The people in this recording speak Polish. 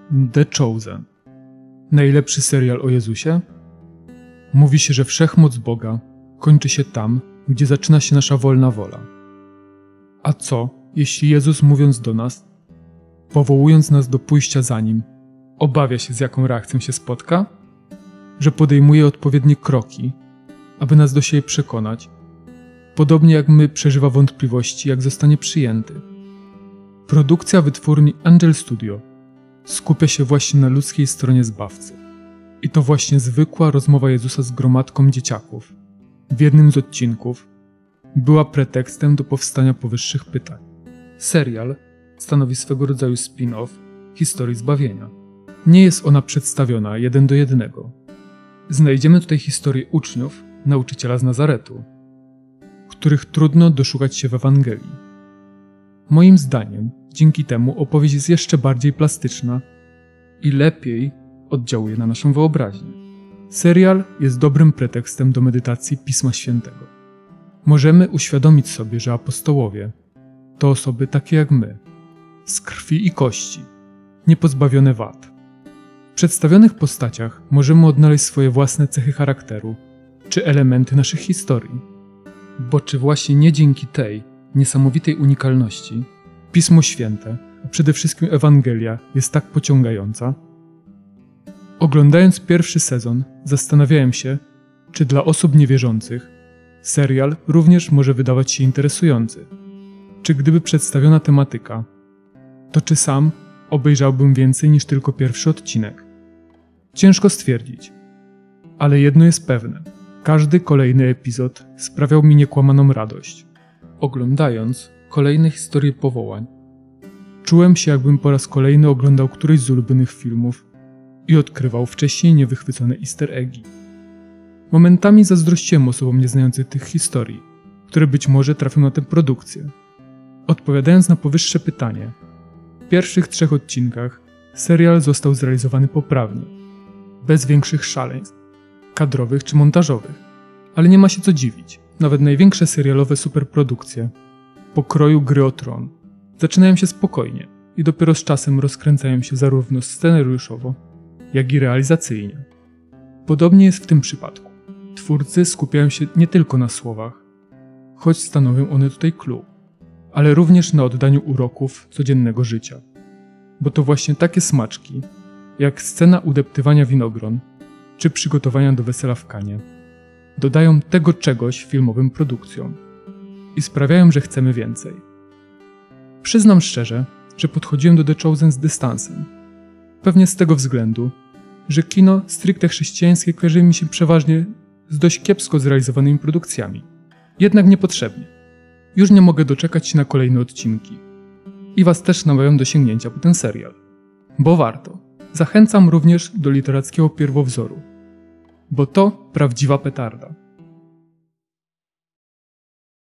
The Chosen. Najlepszy serial o Jezusie? Mówi się, że wszechmoc Boga kończy się tam, gdzie zaczyna się nasza wolna wola. A co, jeśli Jezus, mówiąc do nas, powołując nas do pójścia za Nim, obawia się, z jaką reakcją się spotka? Że podejmuje odpowiednie kroki, aby nas do siebie przekonać, podobnie jak my przeżywa wątpliwości, jak zostanie przyjęty. Produkcja wytwórni Angel Studio skupia się właśnie na ludzkiej stronie Zbawcy. I to właśnie zwykła rozmowa Jezusa z gromadką dzieciaków w jednym z odcinków była pretekstem do powstania powyższych pytań. Serial stanowi swego rodzaju spin-off historii zbawienia. Nie jest ona przedstawiona 1 do 1. Znajdziemy tutaj historię uczniów nauczyciela z Nazaretu, których trudno doszukać się w Ewangelii. Moim zdaniem, dzięki temu opowieść jest jeszcze bardziej plastyczna i lepiej oddziałuje na naszą wyobraźnię. Serial jest dobrym pretekstem do medytacji Pisma Świętego. Możemy uświadomić sobie, że apostołowie to osoby takie jak my, z krwi i kości, niepozbawione wad. W przedstawionych postaciach możemy odnaleźć swoje własne cechy charakteru czy elementy naszych historii. Bo czy właśnie nie dzięki tej niesamowitej unikalności Pismo Święte, a przede wszystkim Ewangelia jest tak pociągająca? Oglądając pierwszy sezon, zastanawiałem się, czy dla osób niewierzących serial również może wydawać się interesujący. Czy gdyby przedstawiona tematyka, to czy sam obejrzałbym więcej niż tylko pierwszy odcinek? Ciężko stwierdzić, ale jedno jest pewne. Każdy kolejny epizod sprawiał mi niekłamaną radość. Oglądając kolejne historie powołań, czułem się, jakbym po raz kolejny oglądał któryś z ulubionych filmów i odkrywał wcześniej niewychwycone easter eggi. Momentami zazdrościłem osobom nieznających tych historii, które być może trafią na tę produkcję. Odpowiadając na powyższe pytanie, w pierwszych 3 odcinkach serial został zrealizowany poprawnie, bez większych szaleństw kadrowych czy montażowych. Ale nie ma się co dziwić, nawet największe serialowe superprodukcje pokroju Gry o Tron zaczynają się spokojnie i dopiero z czasem rozkręcają się zarówno scenariuszowo, jak i realizacyjnie. Podobnie jest w tym przypadku. Twórcy skupiają się nie tylko na słowach, choć stanowią one tutaj clue, ale również na oddaniu uroków codziennego życia. Bo to właśnie takie smaczki, jak scena udeptywania winogron, czy przygotowania do wesela w Kanie, dodają tego czegoś filmowym produkcjom i sprawiają, że chcemy więcej. Przyznam szczerze, że podchodziłem do The Chosen z dystansem. Pewnie z tego względu, że kino stricte chrześcijańskie kojarzy mi się przeważnie z dość kiepsko zrealizowanymi produkcjami. Jednak niepotrzebnie. Już nie mogę doczekać się na kolejne odcinki. I was też namawiam do sięgnięcia po ten serial. Bo warto. Zachęcam również do literackiego pierwowzoru. Bo to prawdziwa petarda.